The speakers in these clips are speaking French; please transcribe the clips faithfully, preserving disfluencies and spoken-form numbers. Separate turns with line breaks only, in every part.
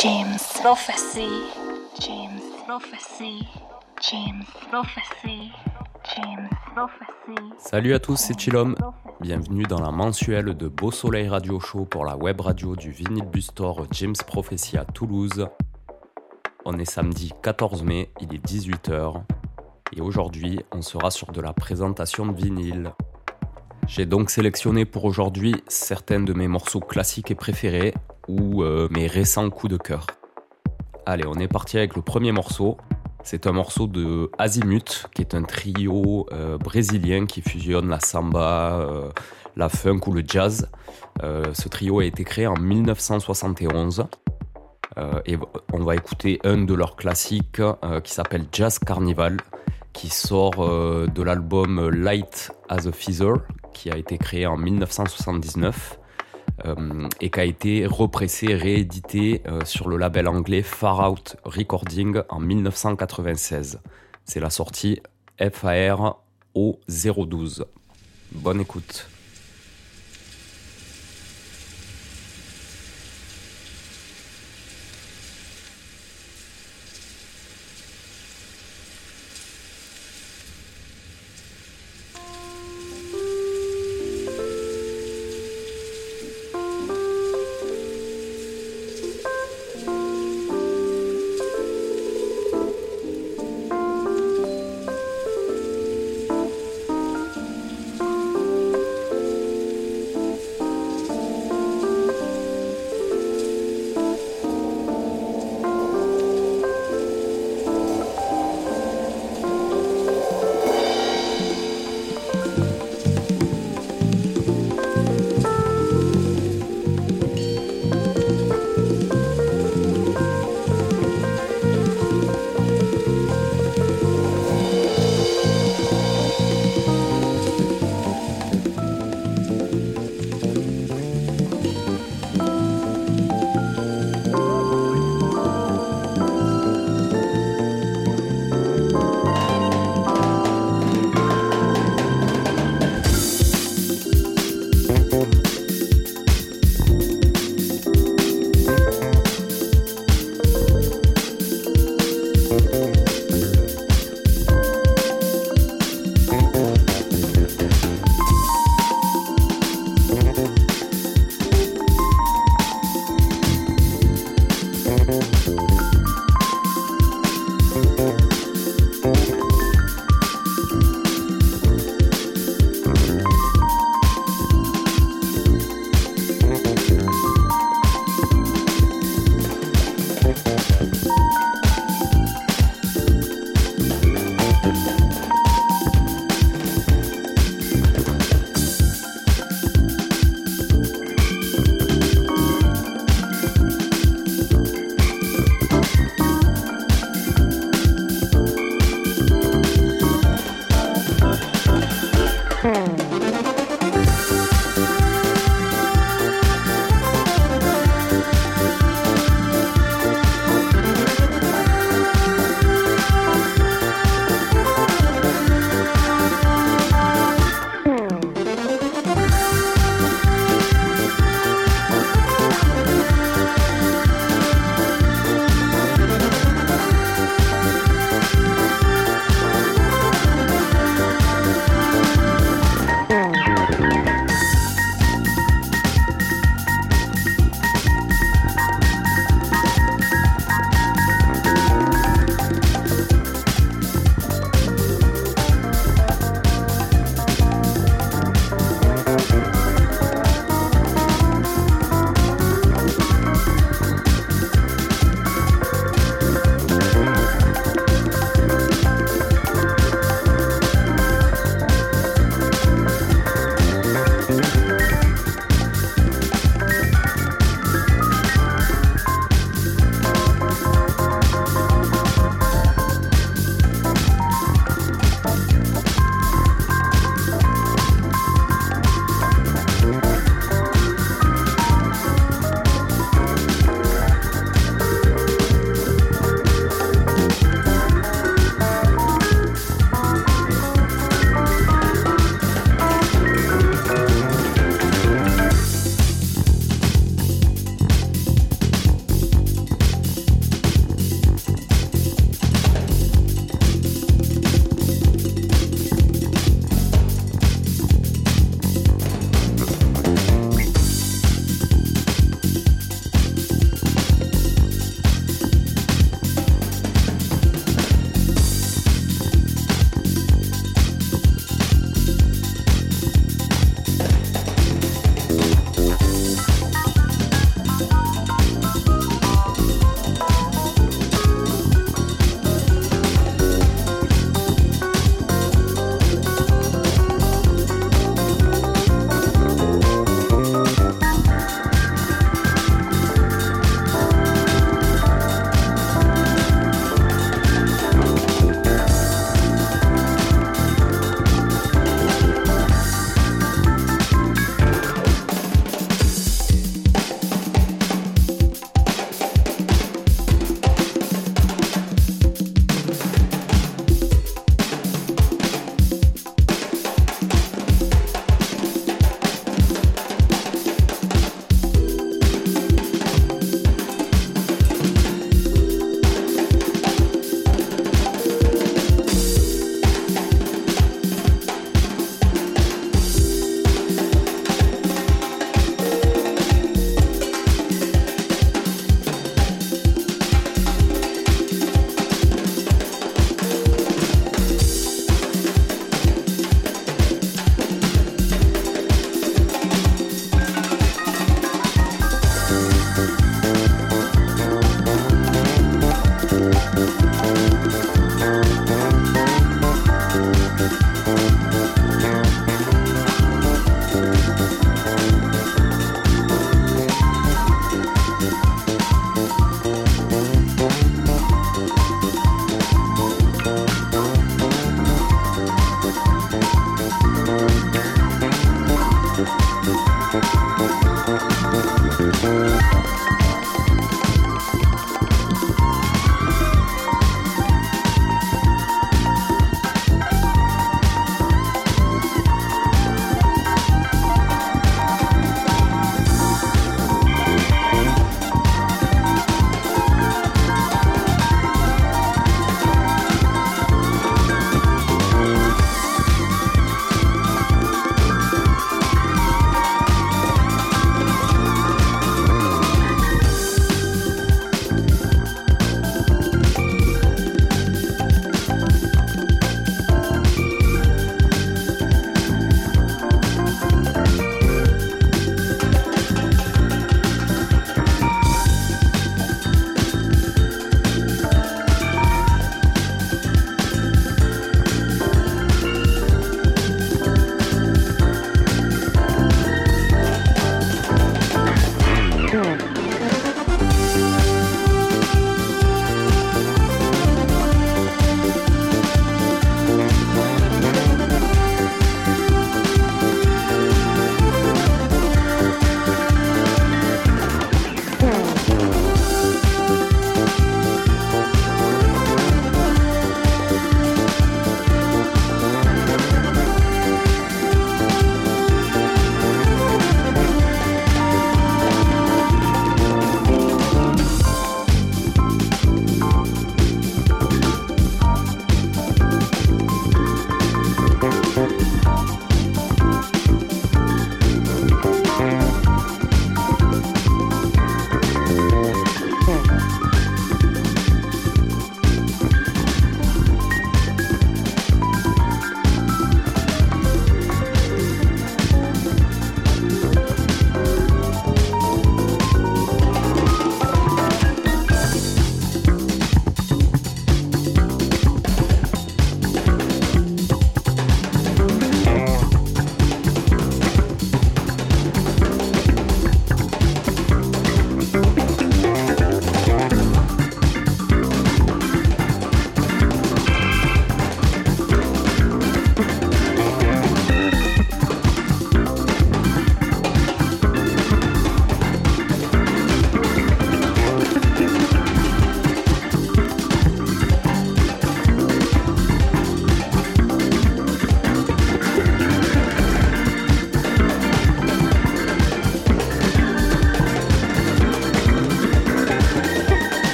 James Prophecy, James Prophecy, James Prophecy, James Prophecy.
Salut à tous, c'est Chillom. Bienvenue dans la mensuelle de Beau Soleil Radio Show pour la web radio du Vinyl Bus Store James Prophecy à Toulouse. On est samedi quatorze mai, il est dix-huit heures et aujourd'hui on sera sur de la présentation de vinyle. J'ai donc sélectionné pour aujourd'hui certains de mes morceaux classiques et préférés ou euh, mes récents coups de cœur. Allez, on est parti avec le premier morceau. C'est un morceau de Azimut, qui est un trio euh, brésilien qui fusionne la samba, euh, la funk ou le jazz. Euh, ce trio a été créé en dix-neuf cent soixante et onze. Euh, et on va écouter un de leurs classiques euh, qui s'appelle Jazz Carnival, qui sort euh, de l'album Light as a Feather, qui a été créé en dix-neuf cent soixante-dix-neuf euh, et qui a été repressé, réédité euh, sur le label anglais Far Out Recording en dix-neuf cent quatre-vingt-seize. C'est la sortie F A R O zéro douze. Bonne écoute.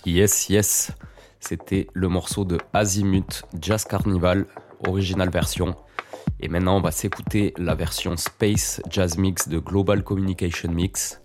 Yes, yes, c'était le morceau de Azimut Jazz Carnival, original version. Et maintenant, on va s'écouter la version Space Jazz Mix de Global Communication Mix.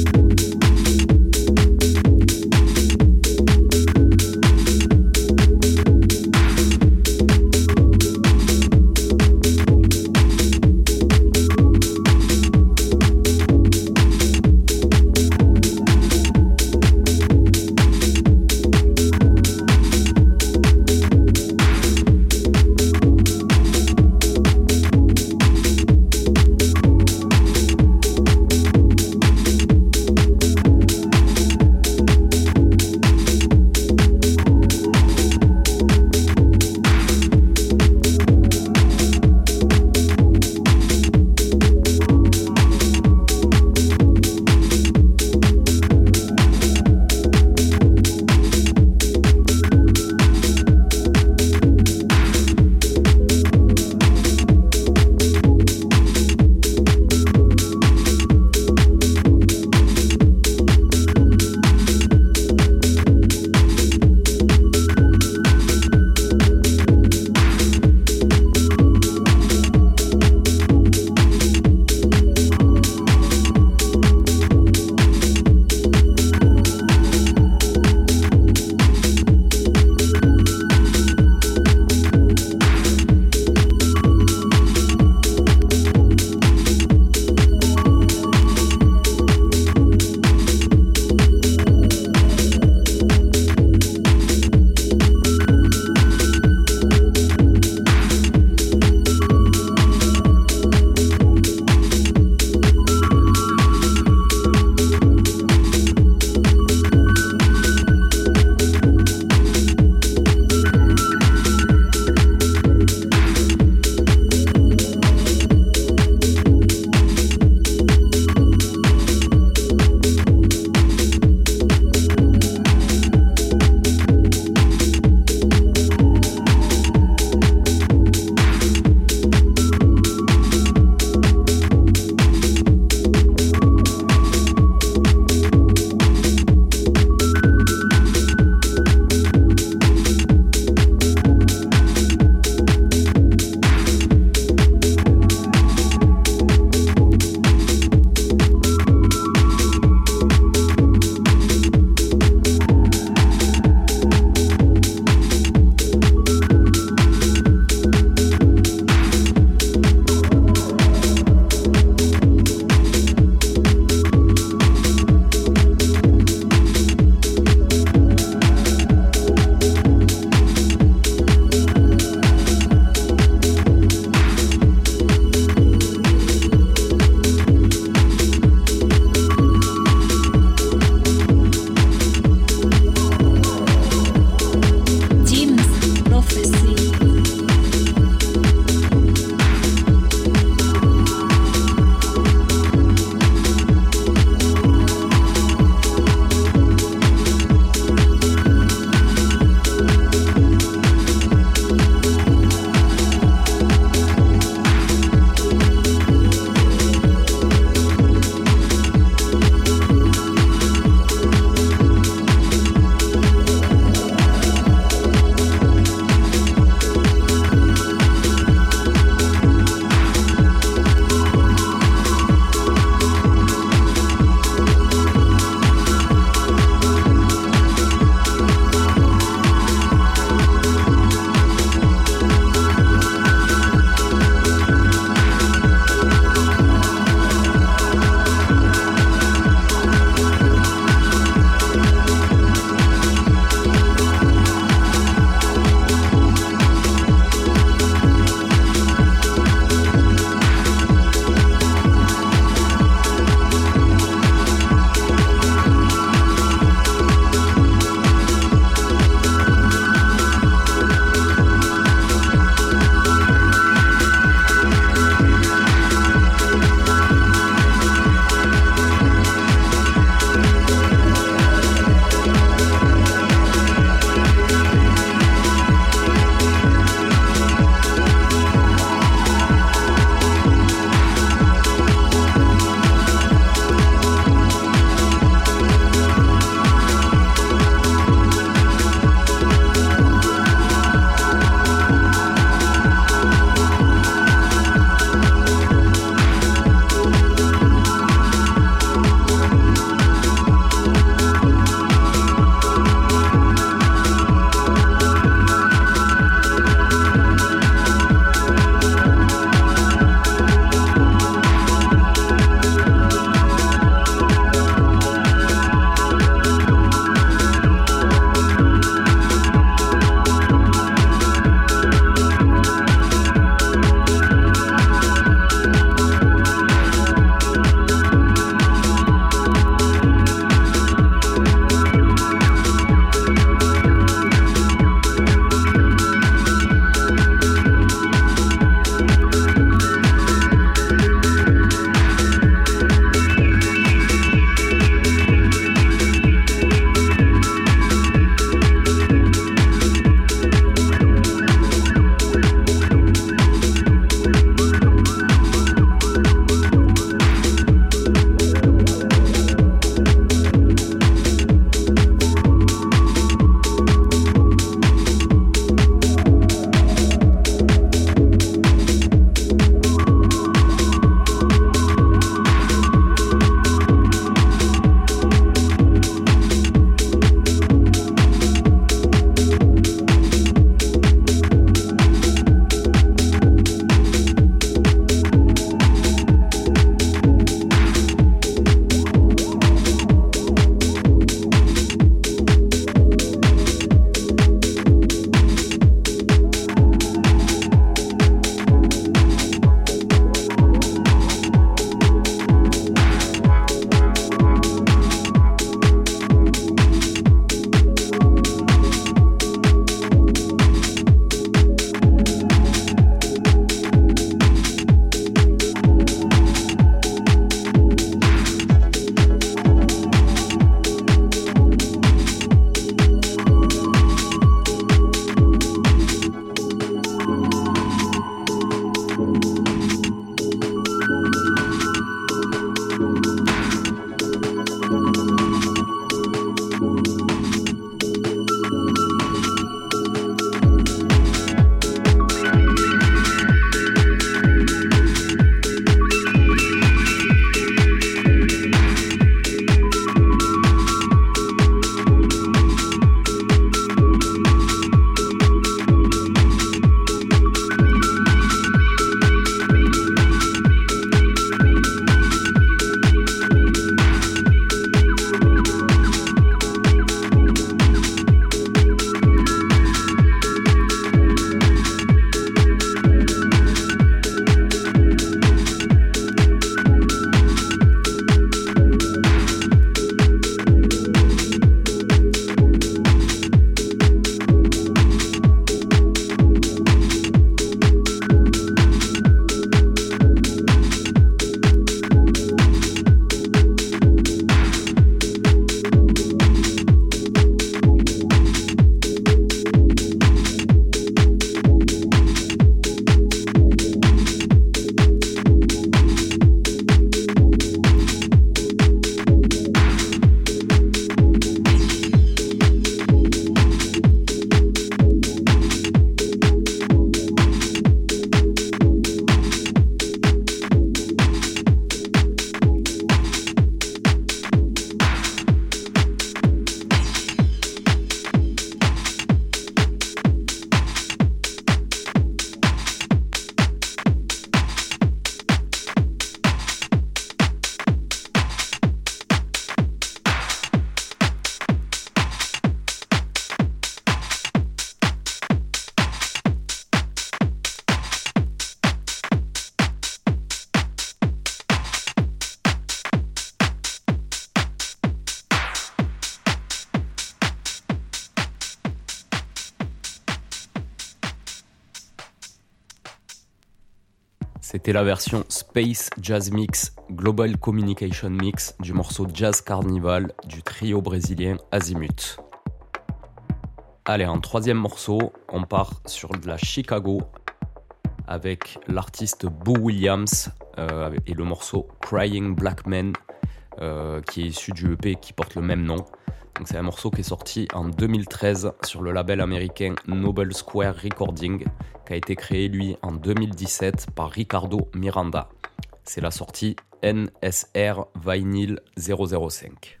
C'était la version Space Jazz Mix Global Communication Mix du morceau Jazz Carnival du trio brésilien Azimut. Allez, en troisième morceau, on part sur de la Chicago avec l'artiste Boo Williams euh, et le morceau Crying Black Men euh, qui est issu du E P qui porte le même nom. Donc c'est un morceau qui est sorti en deux mille treize sur le label américain Noble Square Recording, qui a été créé lui en deux mille dix-sept par Ricardo Miranda. C'est la sortie N S R Vinyl zéro zéro cinq.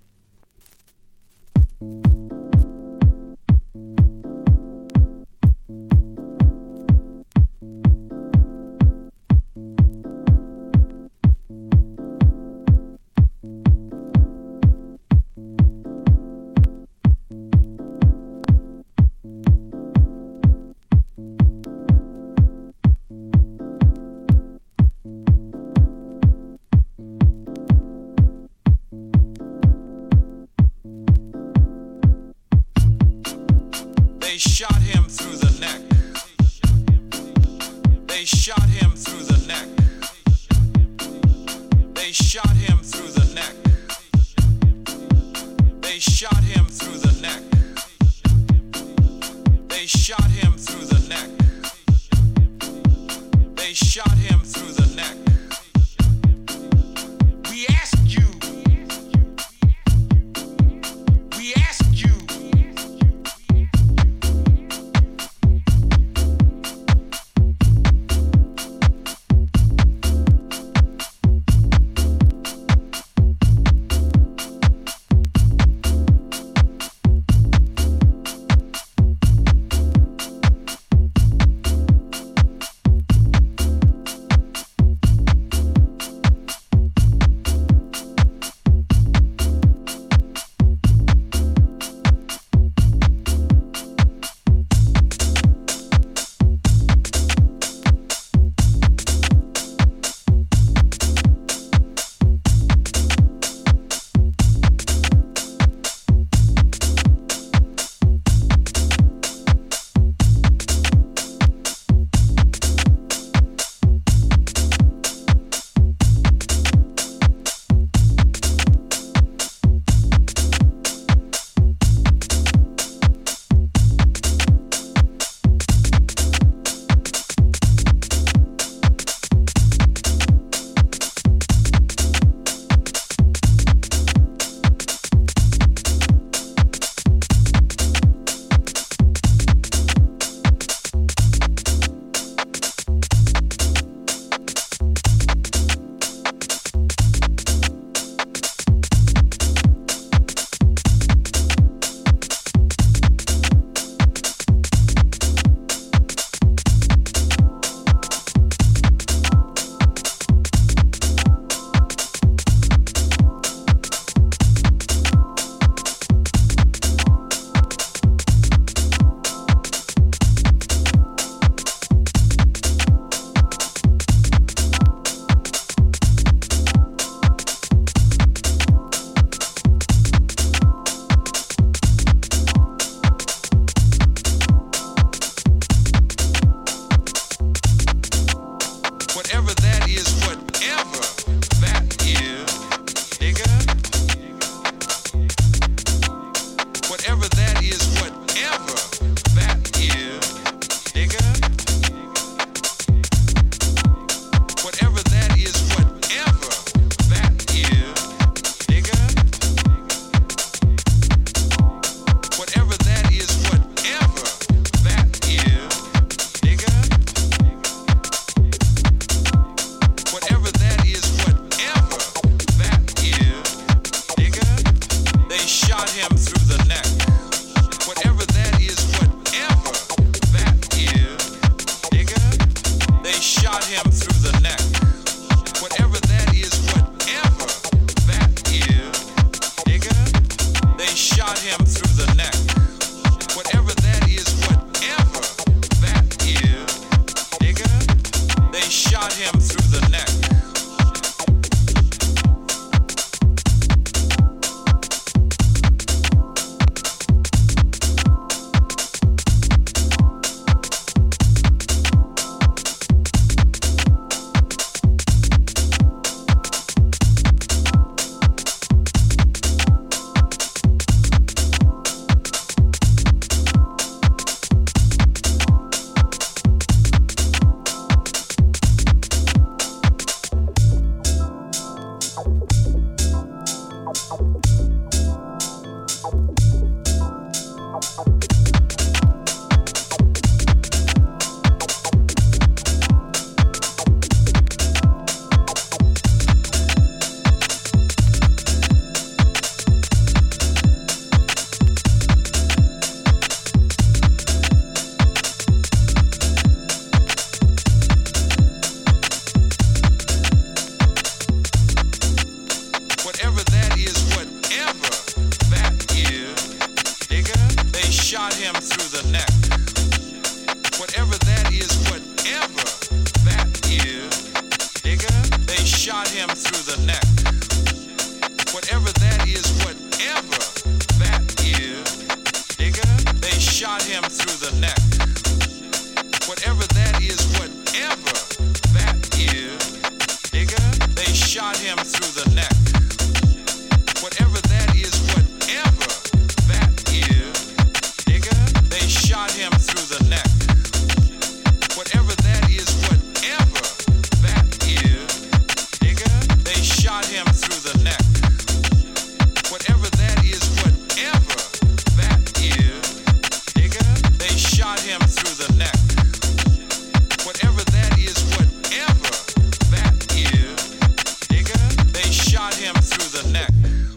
Whatever that is, whatever that is, nigga, they shot him through the neck. Whatever that is, whatever that is, nigga, they shot him through the neck. Whatever that is, whatever that is, nigga, they shot him through the neck. Whatever that is, whatever that is, nigga, they shot him through the neck. Whatever that is, whatever that is, nigga, they shot him through the neck. Whatever that is, whatever that is, nigga, they shot him through the neck. Whatever that is, whatever that is, nigga, they shot him through the neck. Whatever that is, whatever that is, nigga, they shot him through the neck.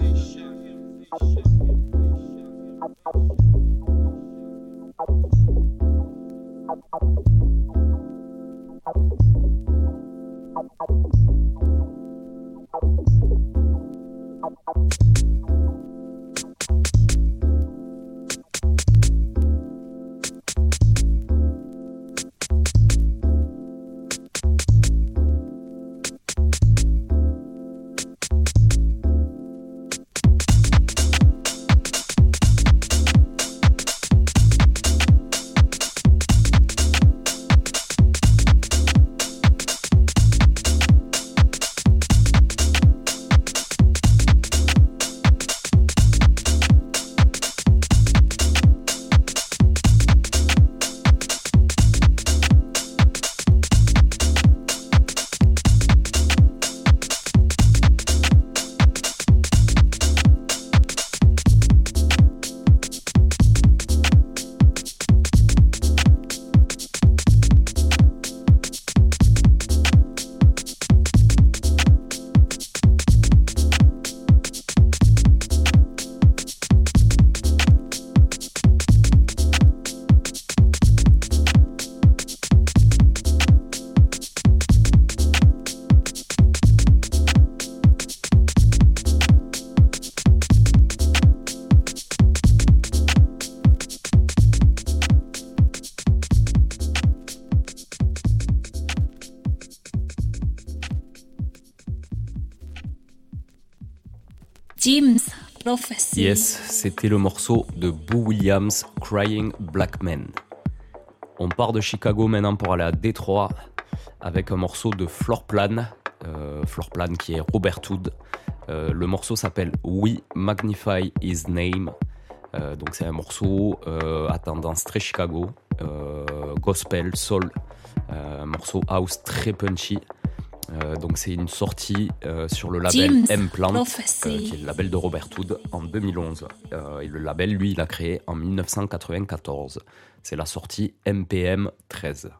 James Prophecy.
Yes, c'était le morceau de Boo Williams, Crying Black Men. On part de Chicago maintenant pour aller à Détroit avec un morceau de Floorplan, euh, Floorplan qui est Robert Hood. Euh, le morceau s'appelle We Magnify His Name. Euh, donc c'est un morceau euh, à tendance très Chicago, euh, gospel, soul, euh, un morceau house très punchy. Euh, donc c'est une sortie euh, sur le label M-Plant, euh, qui est le label de Robert Hood, en deux mille onze. Euh, et le label, lui, il a créé en dix-neuf cent quatre-vingt-quatorze. C'est la sortie M P M treize.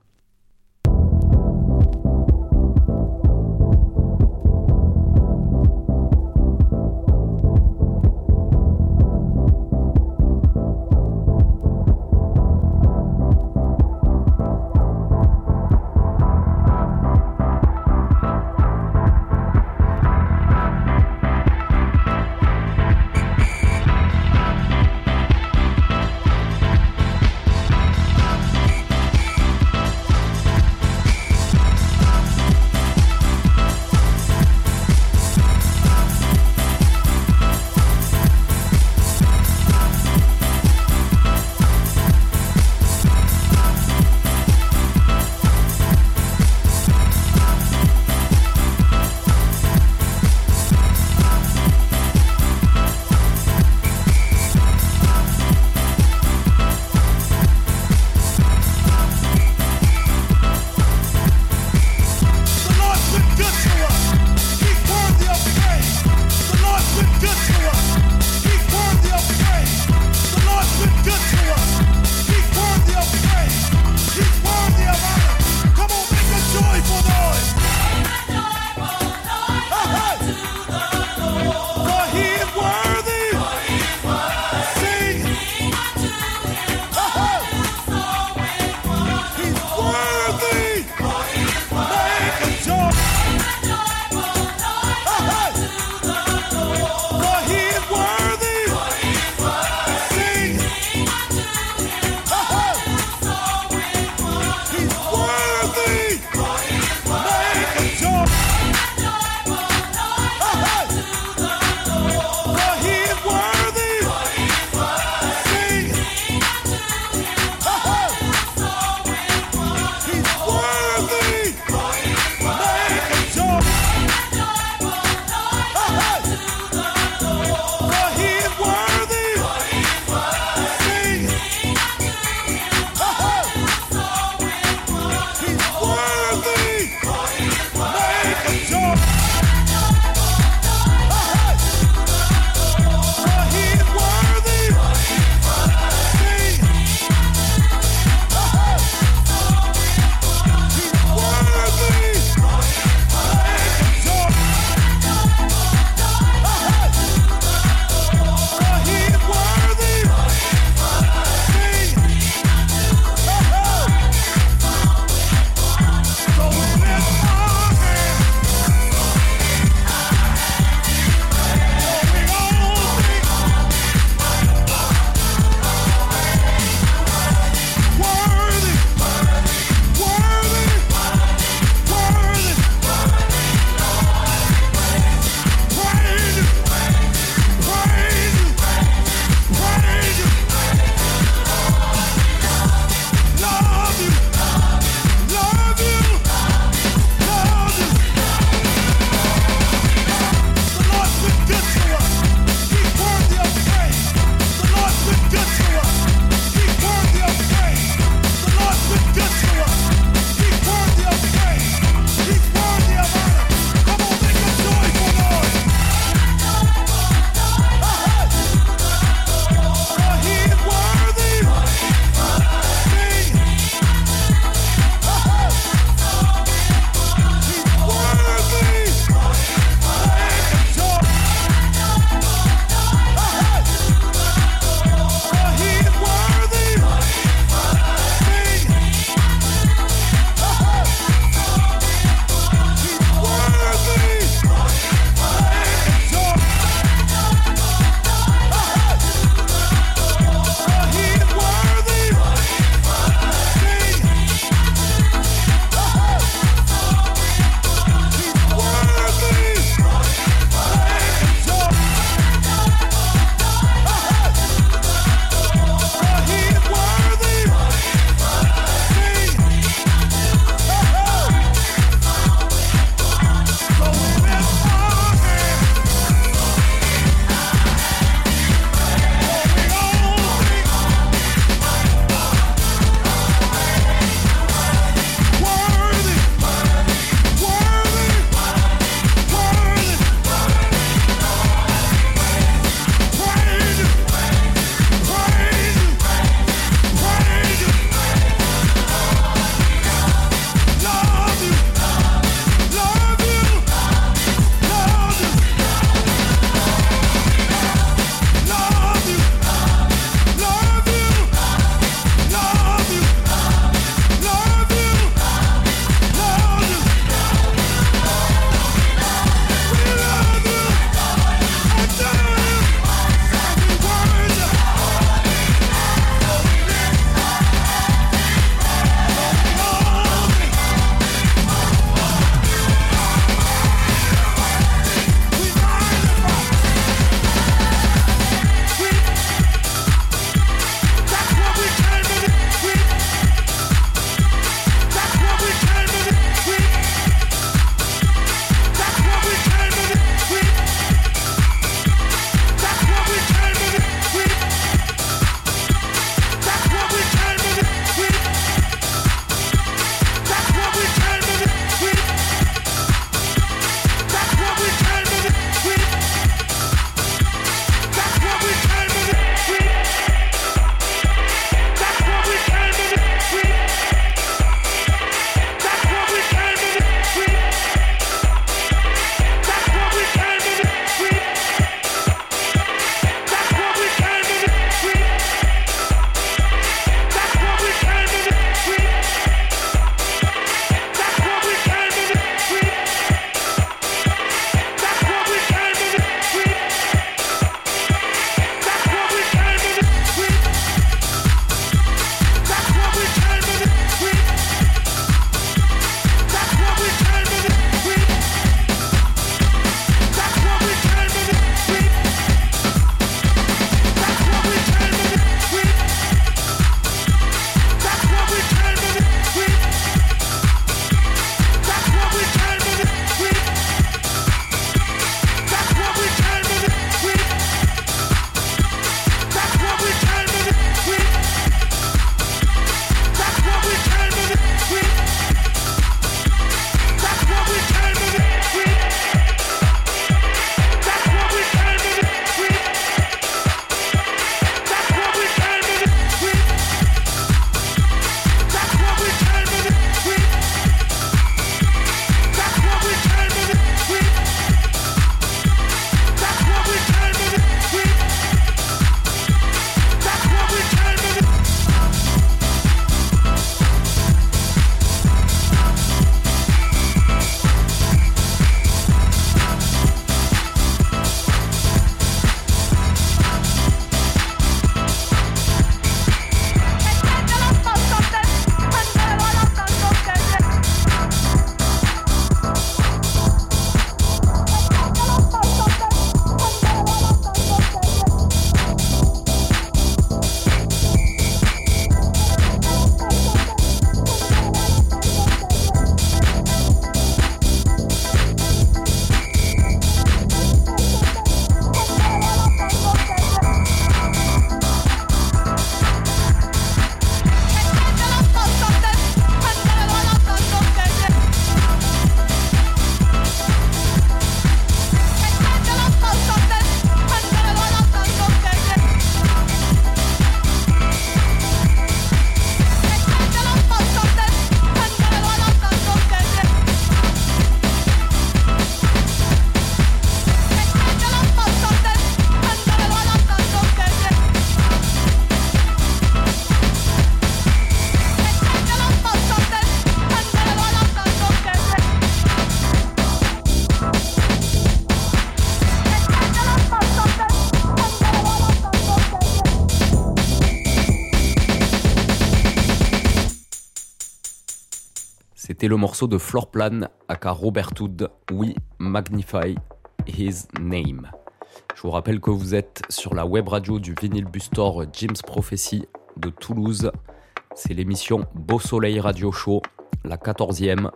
C'était le morceau de Floorplan aka Robert Hood, We Magnify His Name. Je vous rappelle que vous êtes sur la web radio du Vinyl Bus Store Jim's Prophecy de Toulouse. C'est l'émission Beau Soleil Radio Show, la quatorzième.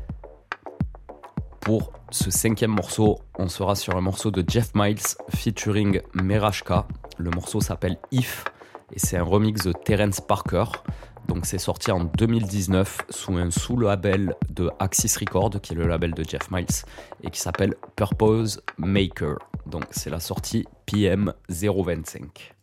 Pour ce cinquième morceau, on sera sur un morceau de Jeff Miles featuring Merashka. Le morceau s'appelle If et c'est un remix de Terence Parker. Donc c'est sorti en deux mille dix-neuf sous un sous-label de Axis Records, qui est le label de Jeff Miles, et qui s'appelle Purpose Maker. Donc c'est la sortie P M zéro vingt-cinq.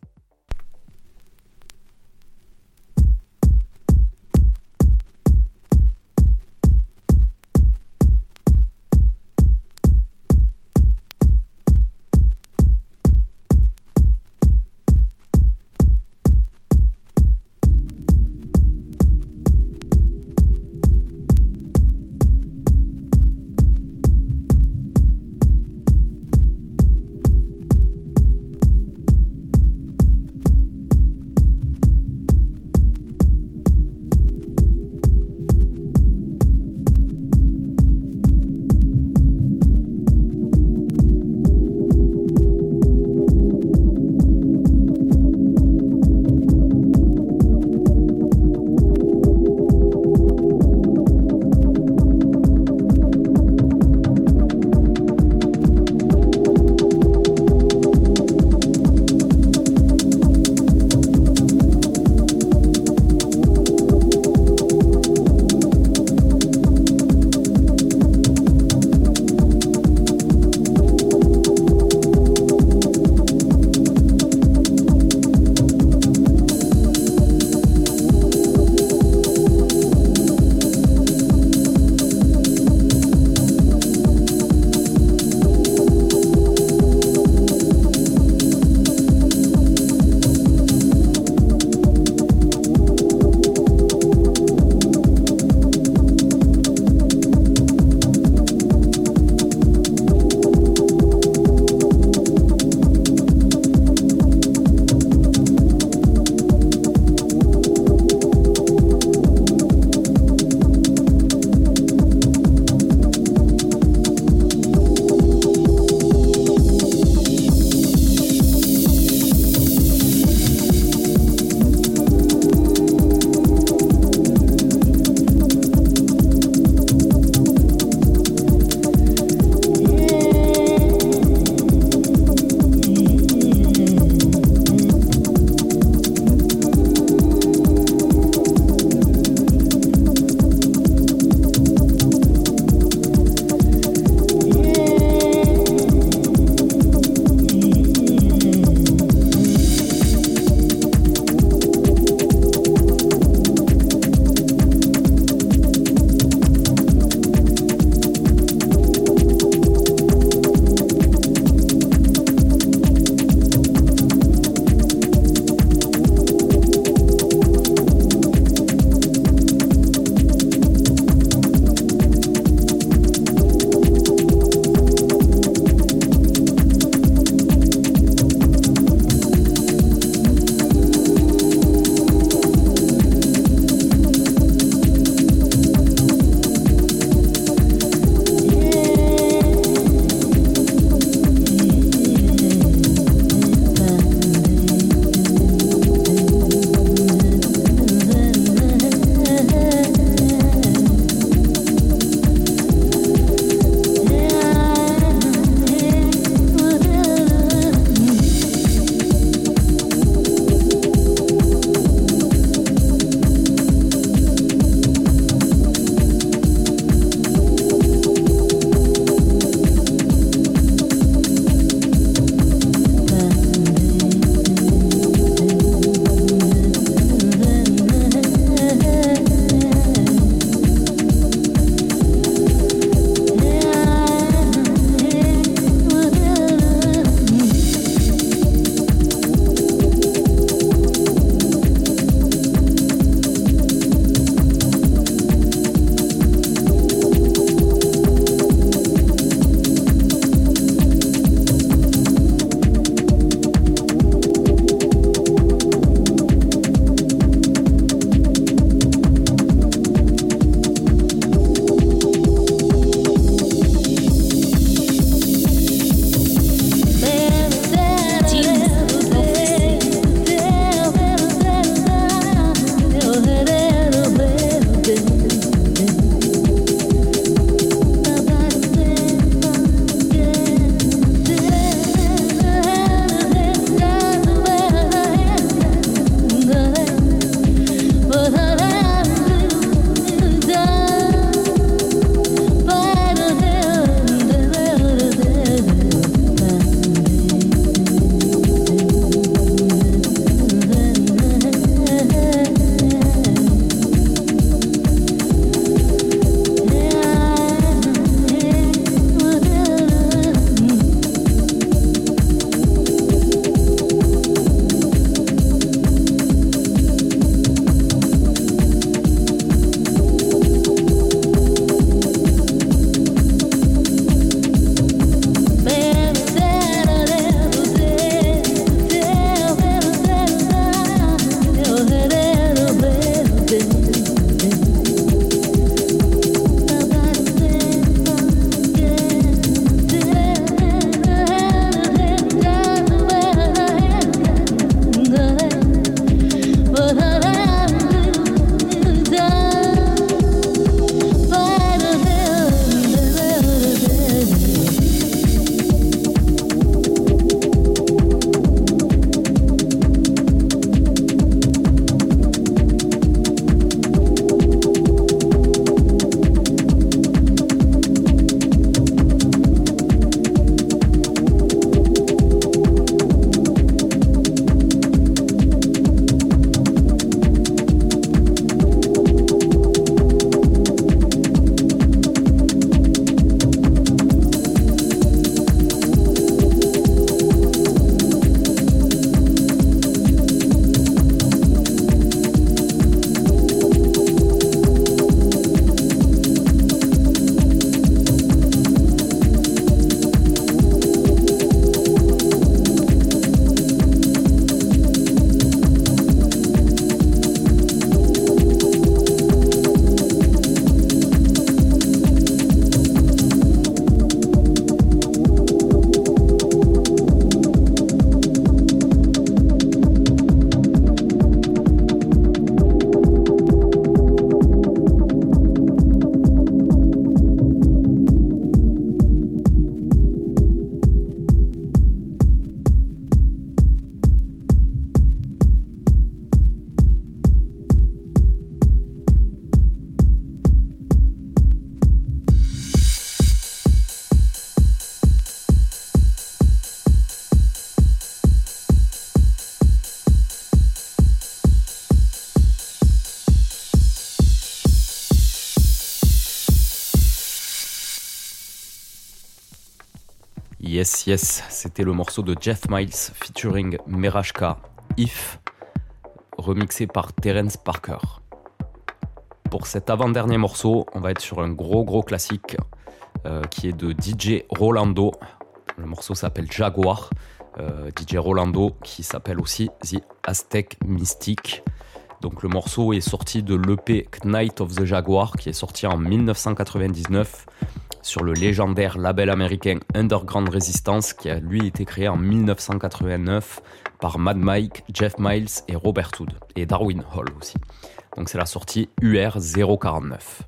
Yes, yes, c'était le morceau de Jeff Miles featuring Merashka, If, remixé par Terence Parker. Pour cet avant-dernier morceau, on va être sur un gros gros classique euh, qui est de D J Rolando. Le morceau s'appelle Jaguar. Euh, D J Rolando qui s'appelle aussi The Aztec Mystic. Donc le morceau est sorti de l'E P Knight of the Jaguar qui est sorti en dix-neuf cent quatre-vingt-dix-neuf sur le légendaire label américain Underground Resistance qui a lui été créé en dix-neuf cent quatre-vingt-neuf par Mad Mike, Jeff Miles et Robert Hood et Darwin Hall aussi. Donc c'est la sortie U R zéro quarante-neuf.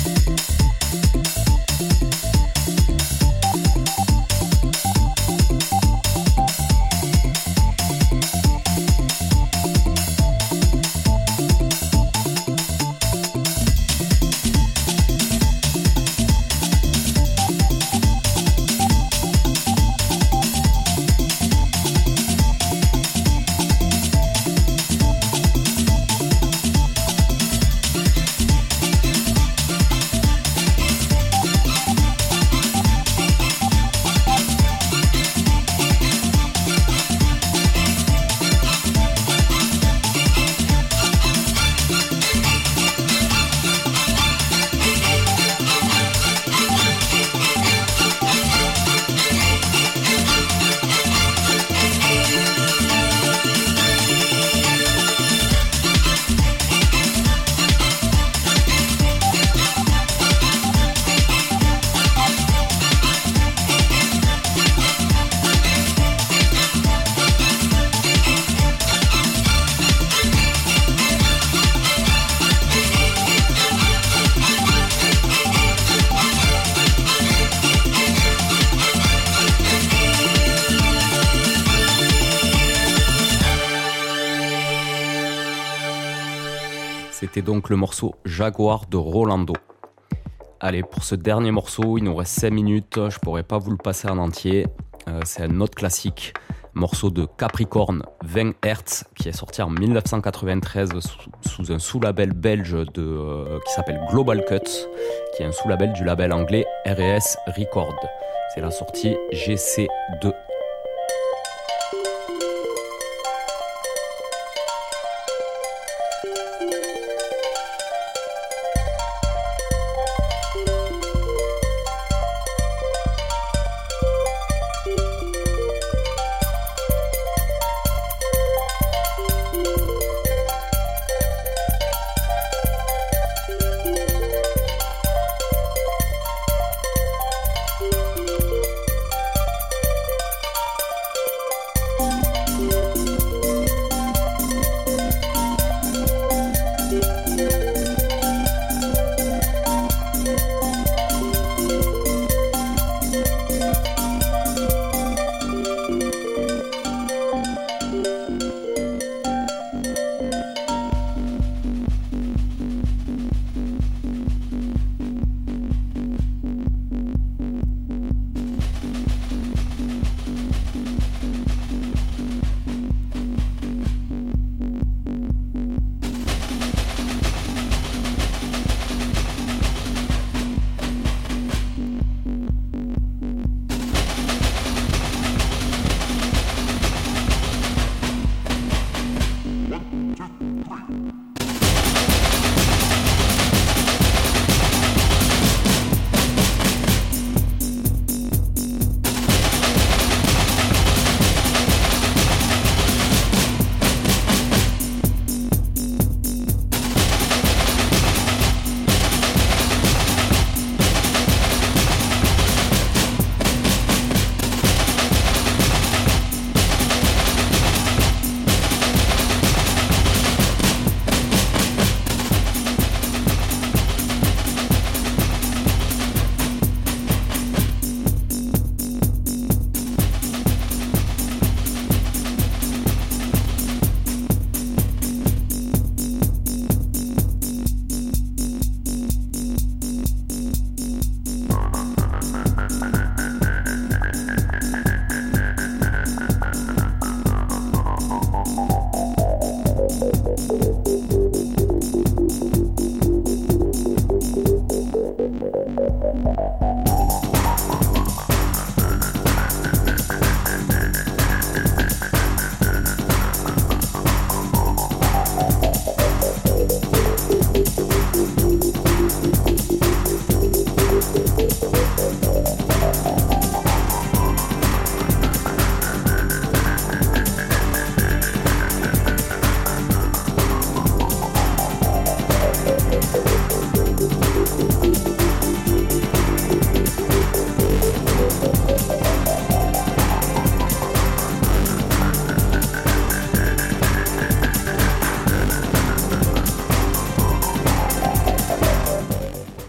C'était donc le morceau Jaguar de Rolando. Allez, pour ce dernier morceau, il nous reste cinq minutes, je pourrais pas vous le passer en entier. Euh, c'est un autre classique, morceau de Capricorn vingt hertz, qui est sorti en dix-neuf cent quatre-vingt-treize sous, sous un sous-label belge de, euh, qui s'appelle Global Cuts, qui est un sous-label du label anglais R et S Records. C'est la sortie G C deux.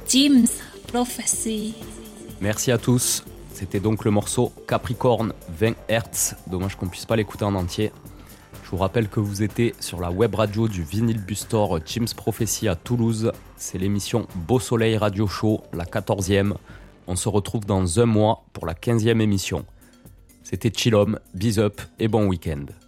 Jim's Prophecy.
Merci à tous. C'était donc le morceau Capricorne vingt hertz. Dommage qu'on puisse pas l'écouter en entier. Je vous rappelle que vous étiez sur la web radio du Vinyl Bus Store Jim's Prophecy à Toulouse. C'est l'émission Beau Soleil Radio Show, la quatorzième. On se retrouve dans un mois pour la quinzième émission. C'était Chillom, bis up et bon week-end.